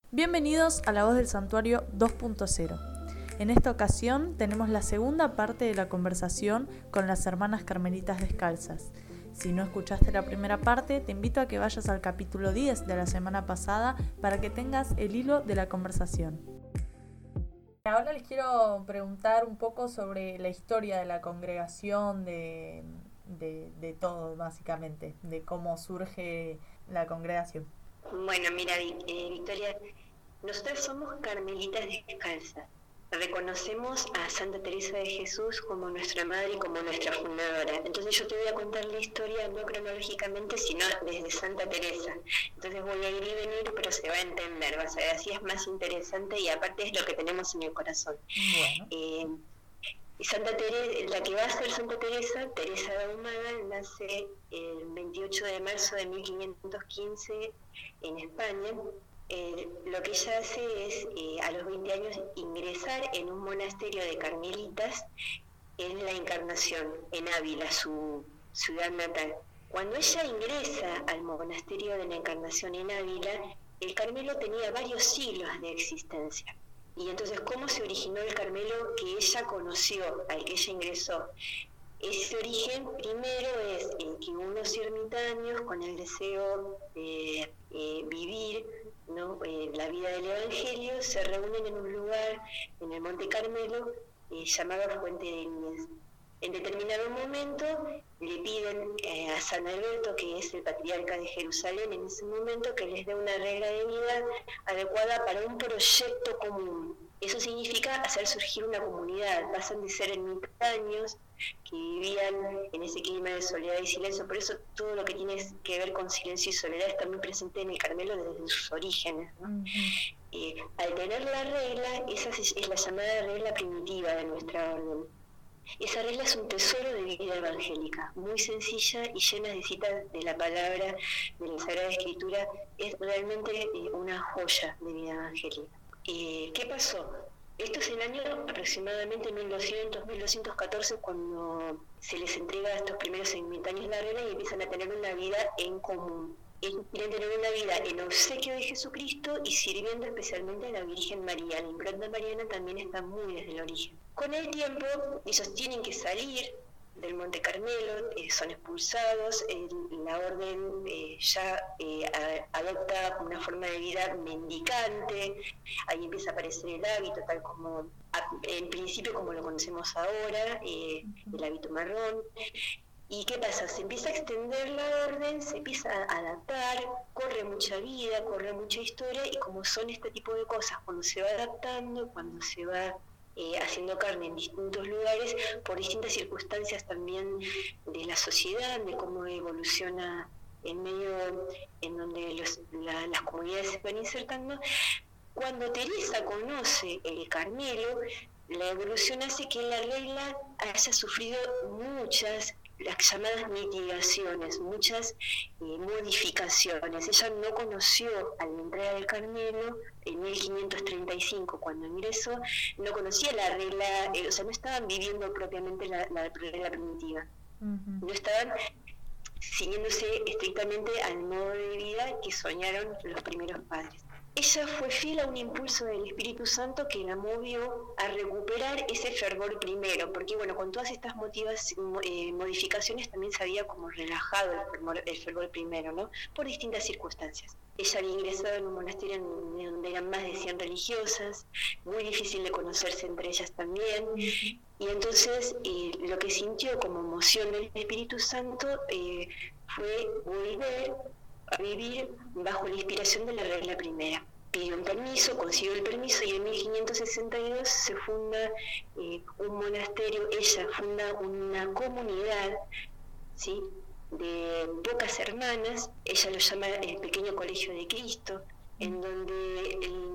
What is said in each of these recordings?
Bienvenidos a La Voz del Santuario 2.0. En esta ocasión tenemos la segunda parte de la conversación con las hermanas carmelitas descalzas. Si no escuchaste la primera parte, te invito a que vayas al capítulo 10 de la semana pasada para que tengas el hilo de la conversación. Ahora les quiero preguntar un poco sobre la historia de la congregación, de todo básicamente, de cómo surge la congregación. Bueno, mira, Victoria, nosotros somos carmelitas descalzas. Reconocemos a Santa Teresa de Jesús como nuestra madre y como nuestra fundadora. Entonces yo te voy a contar la historia no cronológicamente, sino desde Santa Teresa. Entonces voy a ir y venir, pero se va a entender, vas a ver, así es más interesante y aparte es lo que tenemos en el corazón. Bueno. Santa Teresa, la que va a ser Santa Teresa, Teresa de Ahumada, nace el 28 de marzo de 1515 en España. Lo que ella hace es, a los 20 años, ingresar en un monasterio de carmelitas en la Encarnación, en Ávila, su ciudad natal. Cuando ella ingresa al monasterio de la Encarnación en Ávila, el Carmelo tenía varios siglos de existencia. Y entonces, ¿cómo se originó el Carmelo que ella conoció, al que ella ingresó? Ese origen primero es que unos ermitaños con el deseo de vivir, ¿no? La vida del Evangelio se reúnen en un lugar, en el Monte Carmelo, llamado Fuente de Núñez. En determinado momento le piden a San Alberto, que es el patriarca de Jerusalén en ese momento, que les dé una regla de vida adecuada para un proyecto común. Eso significa hacer surgir una comunidad. Pasan de ser ermitaños que vivían en ese clima de soledad y silencio. Por eso todo lo que tiene que ver con silencio y soledad está muy presente en el Carmelo desde sus orígenes, ¿no? Uh-huh. Al tener la regla, esa es la llamada regla primitiva de nuestra orden. Esa regla es un tesoro de vida evangélica, muy sencilla y llena de citas de la palabra, de la Sagrada Escritura. Es realmente una joya de vida evangélica. ¿Qué pasó? Esto es el año aproximadamente 1200-1214 cuando se les entrega a estos primeros ermitaños la regla y empiezan a tener una vida en común. Ellos quieren tener una vida en obsequio de Jesucristo y sirviendo especialmente a la Virgen María. La impronta mariana también está muy desde el origen. Con el tiempo, ellos tienen que salir del Monte Carmelo, son expulsados, la orden adopta una forma de vida mendicante, ahí empieza a aparecer el hábito, tal como, en principio como lo conocemos ahora, el hábito marrón. ¿Y qué pasa? Se empieza a extender la orden, se empieza a adaptar, corre mucha vida, corre mucha historia, y como son este tipo de cosas, cuando se va adaptando, cuando se va haciendo carne en distintos lugares, por distintas circunstancias también de la sociedad, de cómo evoluciona en medio en donde las comunidades se van insertando. Cuando Teresa conoce el Carmelo, la evolución hace que la regla haya sufrido muchas, las llamadas mitigaciones, muchas modificaciones. Ella no conoció, al entrar al Carmelo, en 1535, cuando ingresó, no conocía la regla, o sea, no estaban viviendo propiamente la regla primitiva. Uh-huh. No estaban siguiéndose estrictamente al modo de vida que soñaron los primeros padres. Ella fue fiel a un impulso del Espíritu Santo que la movió a recuperar ese fervor primero, porque bueno, con todas estas modificaciones también se había como relajado el fervor primero, ¿no? Por distintas circunstancias. Ella había ingresado en un monasterio donde eran más de 100 religiosas, muy difícil de conocerse entre ellas también, y entonces lo que sintió como emoción del Espíritu Santo fue volver a vivir bajo la inspiración de la regla primera. Pidió un permiso, consiguió el permiso y en 1562 se funda un monasterio, ella funda una comunidad, ¿sí?, de pocas hermanas, ella lo llama el Pequeño Colegio de Cristo, en donde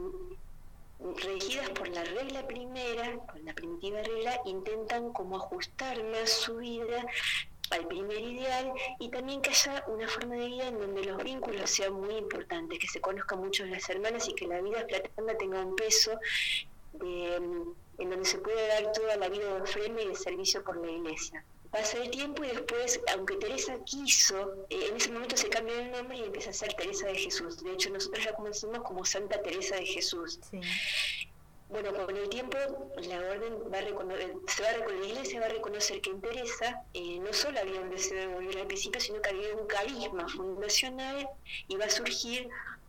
regidas por la regla primera, por la primitiva regla, intentan como ajustar más su vida al primer ideal y también que haya una forma de vida en donde los vínculos sean muy importantes, que se conozcan mucho las hermanas y que la vida fraterna tenga un peso en donde se puede dar toda la vida de ofrenda y de servicio por la Iglesia. pasa el tiempo y después, aunque Teresa quiso, en ese momento se cambia el nombre y empieza a ser Teresa de Jesús. De hecho, nosotros la conocemos como Santa Teresa de Jesús. Sí. Bueno, con el tiempo la orden la Iglesia va a reconocer que en Teresa no solo había un deseo de volver al principio, sino que había un carisma fundacional y va a surgir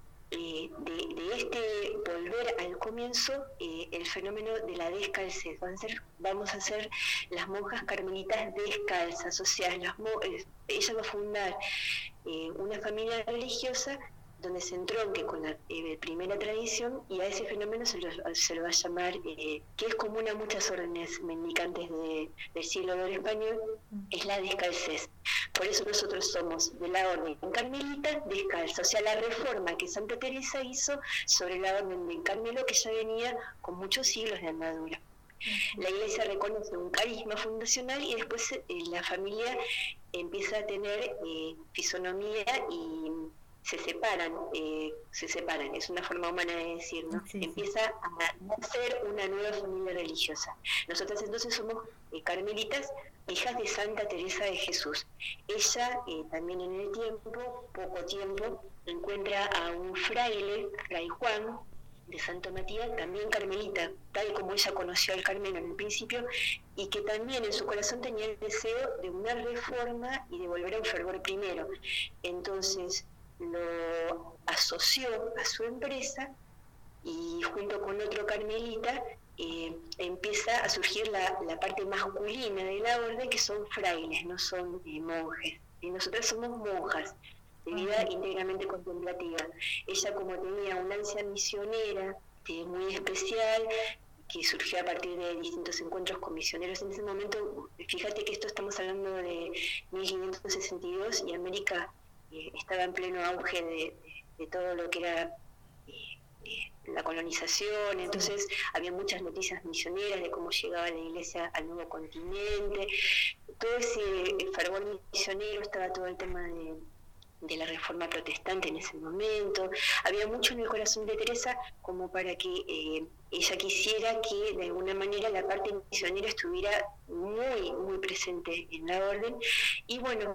de este volver al comienzo el fenómeno de la descalcez. Vamos a ser las monjas carmelitas descalzas, o sea, ella va a fundar una familia religiosa donde se entronque con la primera tradición, y a ese fenómeno se lo va a llamar, que es común a muchas órdenes mendicantes del siglo de oro español, es la descalcez. Por eso nosotros somos de la orden carmelita descalza, o sea, la reforma que Santa Teresa hizo sobre la orden del Carmelo, que ya venía con muchos siglos de andadura. La Iglesia reconoce un carisma fundacional y después la familia empieza a tener fisonomía y se separan, es una forma humana de decir, ¿no? Sí, empieza a nacer una nueva familia religiosa. Nosotras entonces somos carmelitas, hijas de Santa Teresa de Jesús. Ella también en el tiempo, poco tiempo, encuentra a un fraile, Fray Juan, de Santo Matías, también carmelita, tal como ella conoció al Carmelo en el principio, y que también en su corazón tenía el deseo de una reforma y de volver a un fervor primero. Entonces lo asoció a su empresa y junto con otro carmelita empieza a surgir la parte masculina de la orden, que son frailes, no son monjes. Y nosotras somos monjas de vida íntegramente contemplativa. Ella, como tenía una ansia misionera muy especial, que surgió a partir de distintos encuentros con misioneros en ese momento, fíjate que esto estamos hablando de 1562 y América estaba en pleno auge de todo lo que era la colonización, entonces había muchas noticias misioneras de cómo llegaba la Iglesia al nuevo continente, todo ese fervor misionero, estaba todo el tema de la reforma protestante en ese momento. Había mucho en el corazón de Teresa como para que ella quisiera que de alguna manera la parte misionera estuviera muy, muy presente en la orden. Y bueno,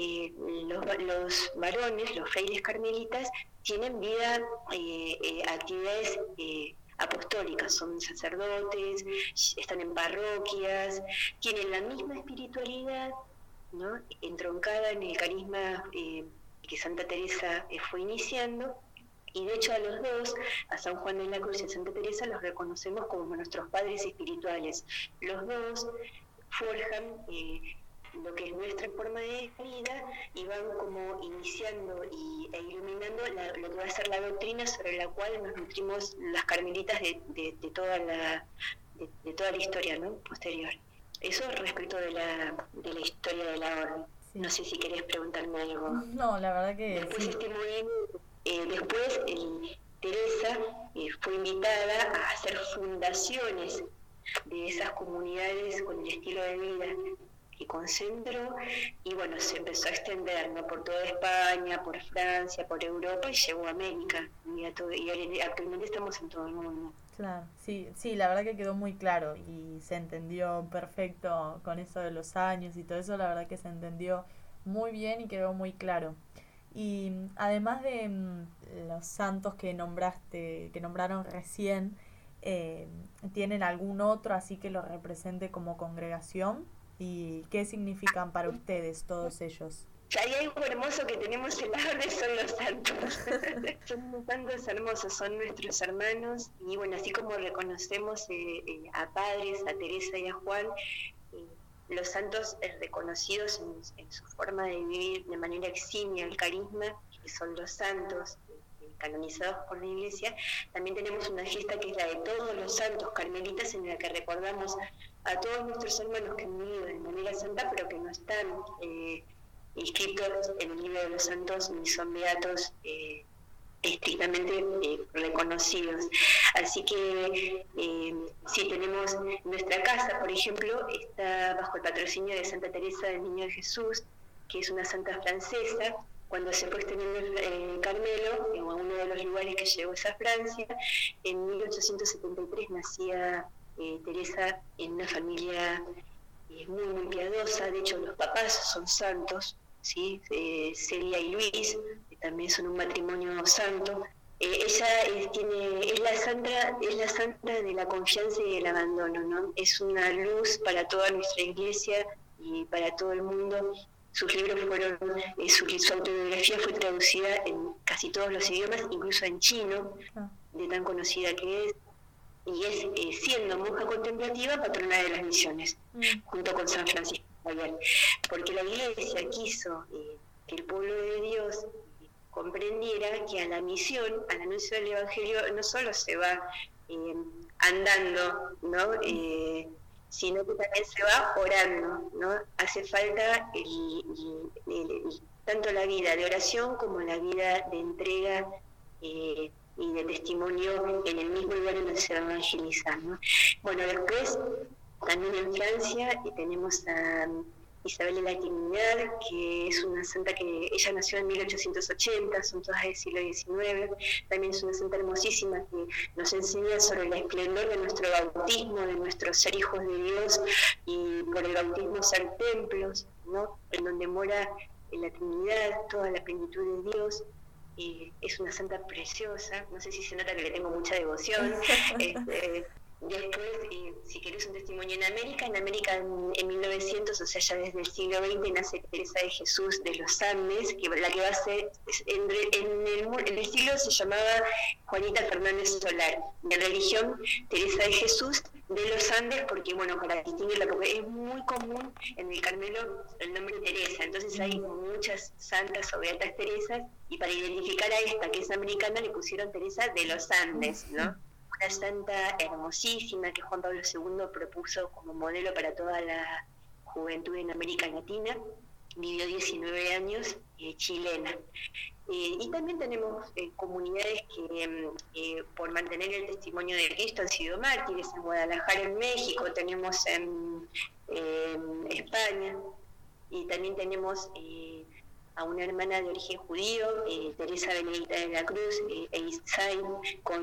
los varones, los frailes carmelitas, tienen vida, actividades apostólicas, son sacerdotes, están en parroquias, tienen la misma espiritualidad, ¿no?, entroncada en el carisma que Santa Teresa fue iniciando, y de hecho a los dos, a San Juan de la Cruz y a Santa Teresa, los reconocemos como nuestros padres espirituales. Los dos forjan lo que es nuestra forma de vida y van como iniciando e iluminando lo que va a ser la doctrina sobre la cual nos nutrimos las carmelitas de toda la historia, ¿no?, posterior. Eso respecto de la historia de la orden. Sí. No sé si querés preguntarme algo. No, la verdad que después sí. Después Teresa fue invitada a hacer fundaciones de esas comunidades con el estilo de vida que concentró, y bueno, se empezó a extender, ¿no?, por toda España, por Francia, por Europa, y llegó a América, y actualmente estamos en todo el mundo. Claro, sí, la verdad que quedó muy claro y se entendió perfecto con eso de los años y todo eso, la verdad que se entendió muy bien y quedó muy claro. Y además de los santos que nombraron recién, ¿tienen algún otro así que los represente como congregación? ¿Y qué significan para ustedes todos ellos? Hay algo hermoso que tenemos en la orden, son los santos. Son los santos hermosos, son nuestros hermanos, y bueno, así como reconocemos a padres, a Teresa y a Juan, los santos reconocidos en su forma de vivir de manera eximia el carisma, que son los santos canonizados por la Iglesia. También tenemos una fiesta que es la de todos los santos carmelitas, en la que recordamos a todos nuestros hermanos que han vivido de manera santa, pero que no están inscritos en el libro de los santos ni son beatos estrictamente reconocidos. Así que sí, tenemos nuestra casa, por ejemplo, está bajo el patrocinio de Santa Teresa del Niño de Jesús, que es una santa francesa. Cuando se fue extendiendo el Carmelo, en uno de los lugares que llegó esa Francia, en 1873 nacía Teresa en una familia es muy, muy piadosa. De hecho, los papás son santos, ¿sí? Celia y Luis también son un matrimonio santo. Ella es la santa de la confianza y el abandono, ¿no? Es una luz para toda nuestra iglesia y para todo el mundo. Sus libros fueron, su autobiografía fue traducida en casi todos los idiomas, incluso en chino, de tan conocida que es, y es, siendo monja contemplativa, patrona de las misiones, junto con San Francisco Javier, porque la Iglesia quiso que el pueblo de Dios comprendiera que a la misión, al anuncio del Evangelio, no solo se va andando, ¿no? Sino que también se va orando, ¿no? Hace falta tanto la vida de oración como la vida de entrega y de testimonio en el mismo lugar donde se va a evangelizar, ¿no? Bueno, después, también en Francia, tenemos a Isabel de la Trinidad, que es una santa que ella nació en 1880, son todas del siglo XIX. También es una santa hermosísima que nos enseña sobre el esplendor de nuestro bautismo, de nuestro ser hijos de Dios, y por el bautismo ser templos, ¿no? En donde mora en la Trinidad toda la plenitud de Dios. Es una santa preciosa, no sé si se nota que le tengo mucha devoción. Después, si querés un testimonio en América en 1900, o sea, ya desde el siglo XX, nace Teresa de Jesús de los Andes, que la que va a ser, en el siglo se llamaba Juanita Fernández Solar, de religión Teresa de Jesús de los Andes, porque, bueno, para distinguirla, porque es muy común en el Carmelo el nombre Teresa, entonces hay muchas santas o beatas Teresas, y para identificar a esta, que es americana, le pusieron Teresa de los Andes, ¿no? Una santa hermosísima que Juan Pablo II propuso como modelo para toda la juventud en América Latina. Vivió 19 años, chilena. Y también tenemos comunidades que por mantener el testimonio de Cristo han sido mártires. En Guadalajara, en México, tenemos en España, y también tenemos a una hermana de origen judío, Teresa Benedicta de la Cruz, Eizain, con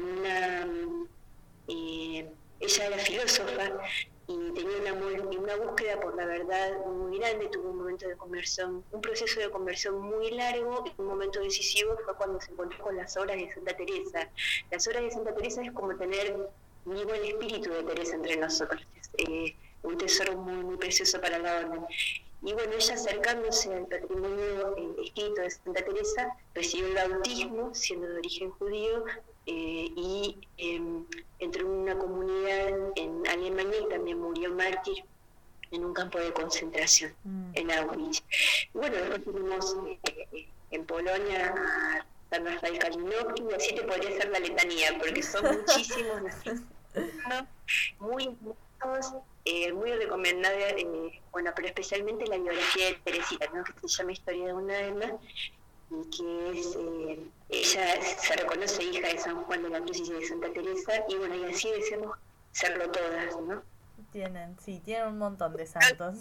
ella era filósofa y tenía una búsqueda por la verdad muy grande. Tuvo un momento de conversión, un proceso de conversión muy largo, y un momento decisivo fue cuando se encontró con las obras de Santa Teresa. Las obras de Santa Teresa es como tener vivo el espíritu de Teresa entre nosotros, un tesoro muy, muy precioso para la orden. Y bueno, ella, acercándose al patrimonio escrito de Santa Teresa, recibió el bautismo, siendo de origen judío, y entró en una comunidad en Alemania y también murió mártir en un campo de concentración, en Auschwitz. Y bueno, después tenemos en Polonia a San Rafael Kalinowski, y así te podría hacer la letanía, porque son muchísimos, ¿no? Muy muy recomendada, bueno, pero especialmente la biografía de Teresita, ¿no? Que se llama Historia de una alma, y que es, ella se reconoce hija de San Juan de la Cruz y de Santa Teresa, y bueno, y así deseamos serlo todas, ¿no? Tienen un montón de santos.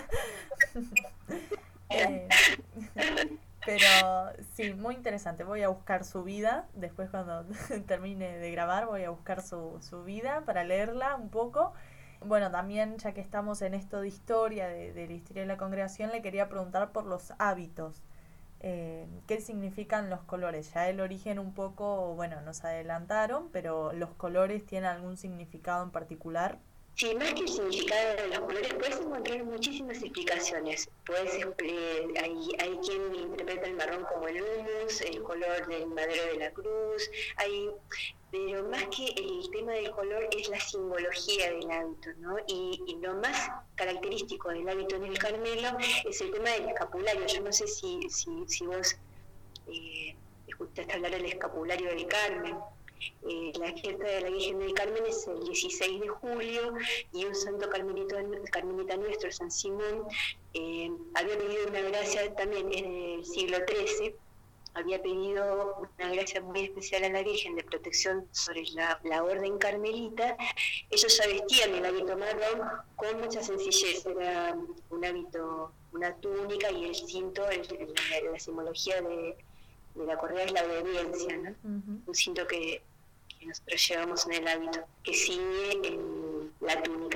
Pero sí, muy interesante. Voy a buscar su vida, después cuando termine de grabar voy a buscar su vida para leerla un poco. Bueno, también ya que estamos en esto de historia, de la historia de la congregación, le quería preguntar por los hábitos. ¿Qué significan los colores? Ya el origen un poco, bueno, nos adelantaron, pero ¿los colores tienen algún significado en particular? Sí, más que el significado de los colores, puedes encontrar muchísimas explicaciones. Hay quien interpreta el marrón como el humus, el color del madero de la cruz, pero más que el tema del color es la simbología del hábito, ¿no? Y lo más característico del hábito en el Carmelo es el tema del escapulario. Yo no sé si vos escuchaste hablar del escapulario del Carmen. La fiesta de la Virgen del Carmen es el 16 de julio, y un santo carmelita nuestro, San Simón, había pedido una gracia también en el siglo XIII, había pedido una gracia muy especial a la Virgen de protección sobre la orden carmelita. Ellos ya vestían el hábito marrón con mucha sencillez, era un hábito, una túnica, y el cinto, la simbología de la correa es la obediencia, ¿no? Uh-huh. Un cinto que nosotros llevamos en el hábito, que ciñe en la túnica.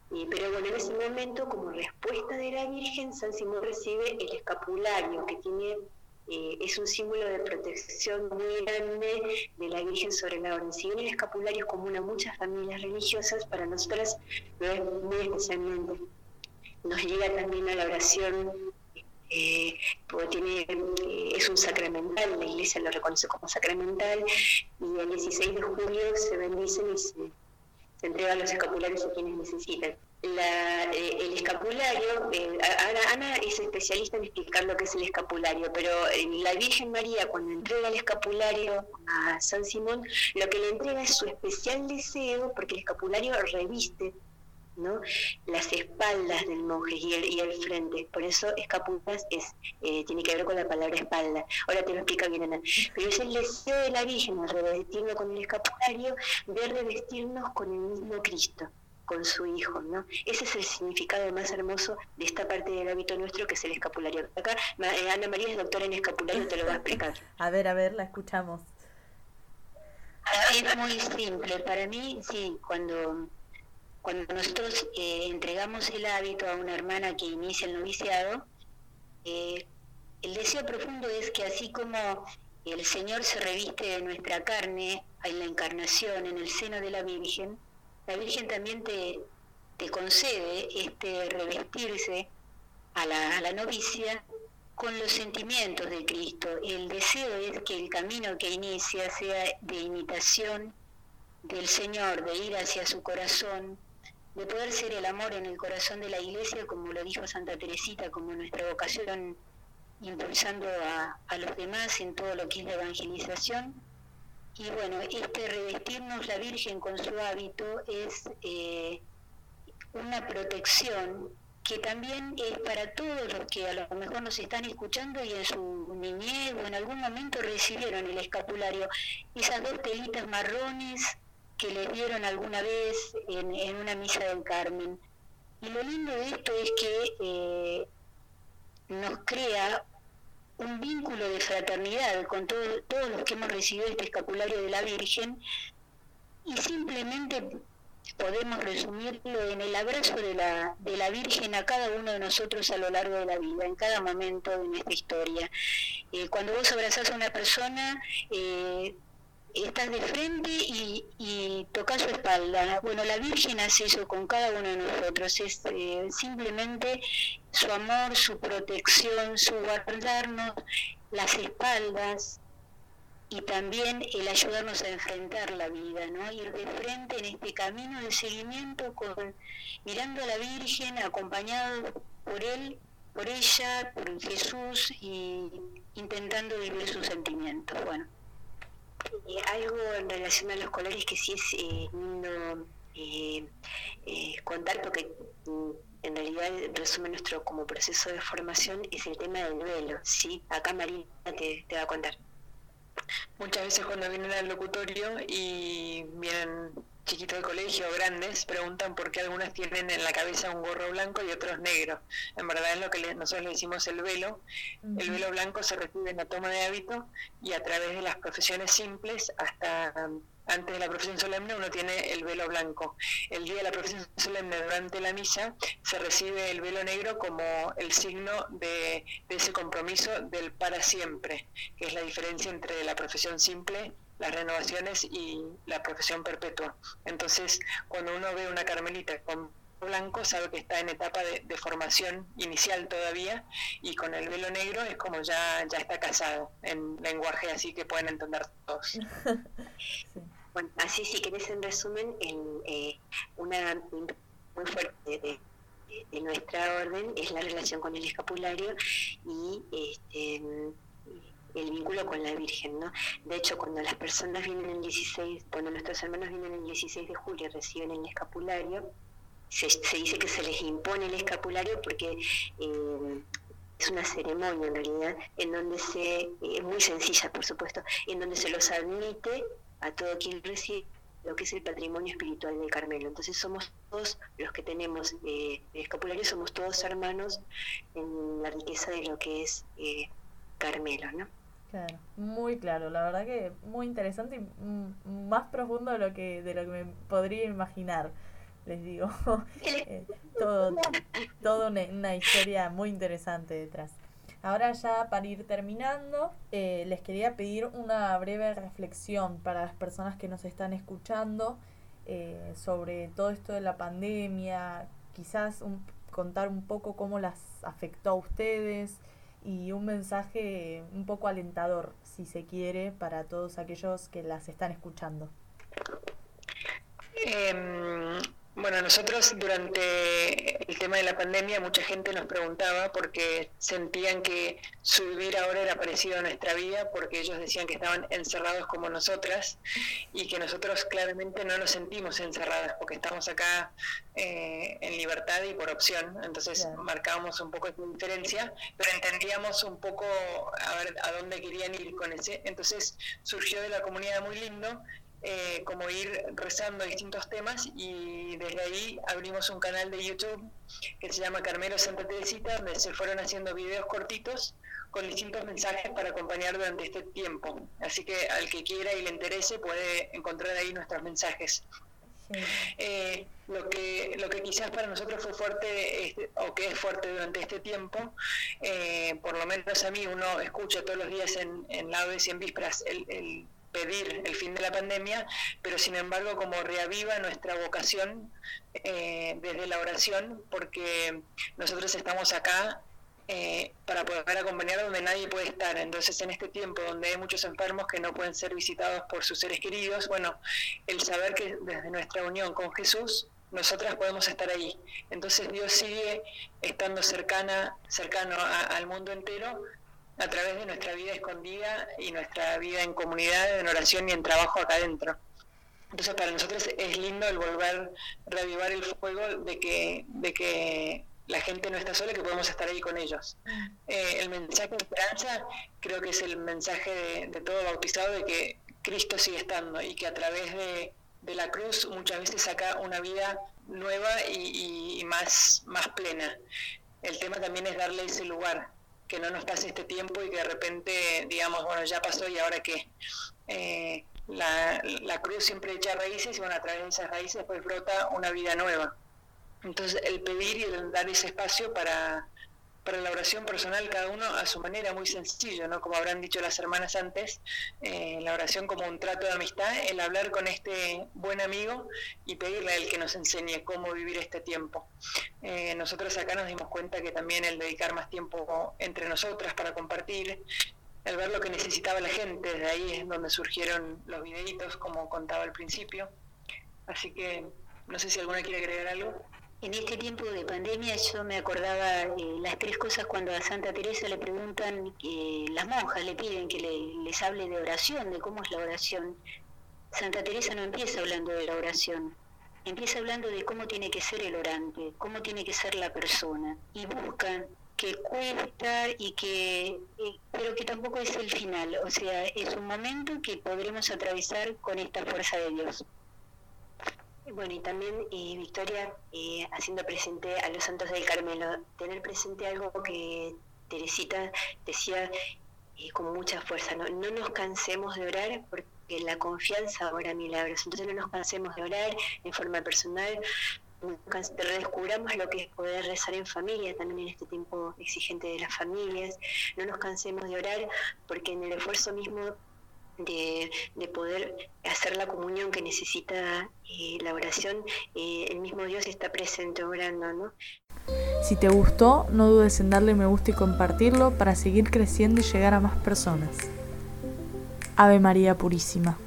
Pero bueno, en ese momento, como respuesta de la Virgen, San Simón recibe el escapulario, que tiene es un símbolo de protección muy grande de la Virgen sobre la orden. Si bien el escapulario es común a muchas familias religiosas, para nosotras lo es muy especialmente. Nos llega también a la oración, porque es un sacramental, la Iglesia lo reconoce como sacramental, y el 16 de julio se bendicen y se entregan los escapularios a quienes necesitan. El escapulario, Ana es especialista en explicar lo que es el escapulario, pero la Virgen María, cuando entrega el escapulario a San Simón, lo que le entrega es su especial deseo, porque el escapulario reviste, ¿no?, las espaldas del monje y el frente. Por eso escapulas tiene que ver con la palabra espalda. Ahora te lo explica bien Ana. Pero es el deseo de la Virgen, al revestirnos con el escapulario, de revestirnos con el mismo Cristo, con su Hijo, ¿no? Ese es el significado más hermoso de esta parte del hábito nuestro, que es el escapulario. Acá Ana María es doctora en escapulario, te lo va a explicar. A ver, la escuchamos. Es muy simple. Para mí, sí, cuando nosotros entregamos el hábito a una hermana que inicia el noviciado, el deseo profundo es que así como el Señor se reviste de nuestra carne en la encarnación, en el seno de la Virgen también te concede este revestirse a la novicia con los sentimientos de Cristo. El deseo es que el camino que inicia sea de imitación del Señor, de ir hacia su corazón, de poder ser el amor en el corazón de la Iglesia, como lo dijo Santa Teresita, como nuestra vocación, impulsando a los demás en todo lo que es la evangelización. Y bueno, revestirnos la Virgen con su hábito es una protección que también es para todos los que a lo mejor nos están escuchando y en su niñez o en algún momento recibieron el escapulario, esas 2 telitas marrones que les dieron alguna vez en una misa del Carmen. Y lo lindo de esto es que nos crea un vínculo de fraternidad con todos los que hemos recibido este escapulario de la Virgen, y simplemente podemos resumirlo en el abrazo de la Virgen a cada uno de nosotros a lo largo de la vida, en cada momento de nuestra historia. Cuando vos abrazás a una persona, estás de frente y tocas su espalda. Bueno, la Virgen hace eso con cada uno de nosotros, es simplemente su amor, su protección, su guardarnos las espaldas, y también el ayudarnos a enfrentar la vida, ¿no? Ir de frente en este camino de seguimiento, mirando a la Virgen, acompañado por él, por ella, por Jesús, y intentando vivir sus sentimientos. Bueno. Algo en relación a los colores que sí es lindo contar, porque en realidad resume nuestro como proceso de formación, es el tema del velo, ¿sí? Acá Marina te va a contar. Muchas veces cuando vienen al locutorio y vienen chiquitos de colegio o grandes, preguntan por qué algunas tienen en la cabeza un gorro blanco y otros negro. En verdad es lo que nosotros le decimos el velo. Uh-huh. El velo blanco se recibe en la toma de hábito, y a través de las profesiones simples hasta antes de la profesión solemne uno tiene el velo blanco. El día de la profesión solemne, durante la misa, se recibe el velo negro como el signo de ese compromiso del para siempre, que es la diferencia entre la profesión simple, las renovaciones y la profesión perpetua. Entonces, cuando uno ve una carmelita con blanco, sabe que está en etapa de formación inicial todavía, y con el velo negro es como ya está casado, en lenguaje así que pueden entender todos. Sí. Bueno, así, si querés, en resumen, una muy fuerte de nuestra orden es la relación con el escapulario y el vínculo con la Virgen, ¿no? De hecho, cuando las personas vienen el 16, cuando nuestros hermanos vienen el 16 de julio y reciben el escapulario, se dice que se les impone el escapulario porque es una ceremonia en realidad, en donde es muy sencilla, por supuesto, en donde se los admite a todo quien recibe lo que es el patrimonio espiritual del Carmelo. Entonces somos todos los que tenemos el escapulario, somos todos hermanos en la riqueza de lo que es Carmelo, ¿no? Claro, muy claro, la verdad que muy interesante y más profundo de lo que me podría imaginar. les digo. Todo una historia muy interesante detrás. Ahora ya para ir terminando, les quería pedir una breve reflexión para las personas que nos están escuchando sobre todo esto de la pandemia, quizás contar un poco cómo las afectó a ustedes y un mensaje un poco alentador, si se quiere, para todos aquellos que las están escuchando. Bueno, nosotros durante el tema de la pandemia mucha gente nos preguntaba porque sentían que su vivir ahora era parecido a nuestra vida, porque ellos decían que estaban encerrados como nosotras y que nosotros claramente no nos sentimos encerradas porque estamos acá en libertad y por opción. Entonces marcábamos un poco esa diferencia, pero entendíamos un poco a ver a dónde querían ir con ese. Entonces surgió de la comunidad muy lindo como ir rezando distintos temas, y desde ahí abrimos un canal de YouTube que se llama Carmelo Santa Teresita, donde se fueron haciendo videos cortitos con distintos mensajes para acompañar durante este tiempo. Así que al que quiera y le interese puede encontrar ahí nuestros mensajes. Sí. Lo que quizás para nosotros fue fuerte o que es fuerte durante este tiempo, por lo menos a mí, uno escucha todos los días en laudes y en vísperas el pedir el fin de la pandemia, pero sin embargo como reaviva nuestra vocación desde la oración, porque nosotros estamos acá para poder acompañar donde nadie puede estar. Entonces en este tiempo donde hay muchos enfermos que no pueden ser visitados por sus seres queridos, bueno, el saber que desde nuestra unión con Jesús nosotras podemos estar ahí. Entonces Dios sigue estando cercano al mundo entero a través de nuestra vida escondida y nuestra vida en comunidad, en oración y en trabajo acá adentro. Entonces para nosotros es lindo el volver a reavivar el fuego de que la gente no está sola, que podemos estar ahí con ellos. El mensaje de esperanza creo que es el mensaje de todo bautizado, de que Cristo sigue estando y que a través de la cruz muchas veces saca una vida nueva y más plena. El tema también es darle ese lugar, que no nos pase este tiempo y que de repente digamos, bueno, ya pasó y ahora qué. La cruz siempre echa raíces y bueno, a través de esas raíces pues brota una vida nueva. Entonces el pedir y el dar ese espacio para la oración personal, cada uno a su manera, muy sencillo, ¿no? Como habrán dicho las hermanas antes, la oración como un trato de amistad, el hablar con este buen amigo y pedirle a él que nos enseñe cómo vivir este tiempo. Nosotros acá nos dimos cuenta que también el dedicar más tiempo entre nosotras para compartir, el ver lo que necesitaba la gente, desde ahí es donde surgieron los videitos, como contaba al principio. Así que no sé si alguna quiere agregar algo. En este tiempo de pandemia yo me acordaba las tres cosas cuando a Santa Teresa le preguntan, las monjas le piden que les hable de oración, de cómo es la oración. Santa Teresa no empieza hablando de la oración, empieza hablando de cómo tiene que ser el orante, cómo tiene que ser la persona, y buscan que cuesta pero que tampoco es el final, o sea, es un momento que podremos atravesar con esta fuerza de Dios. Bueno, y también Victoria, haciendo presente a los santos del Carmelo, tener presente algo que Teresita decía con mucha fuerza, no nos cansemos de orar porque la confianza obra milagros. Entonces no nos cansemos de orar en forma personal, redescubramos lo que es poder rezar en familia, también en este tiempo exigente de las familias. No nos cansemos de orar porque en el esfuerzo mismo de poder hacer la comunión que necesita la oración, el mismo Dios está presente orando, ¿no? Si te gustó, no dudes en darle me gusta y compartirlo para seguir creciendo y llegar a más personas. Ave María Purísima.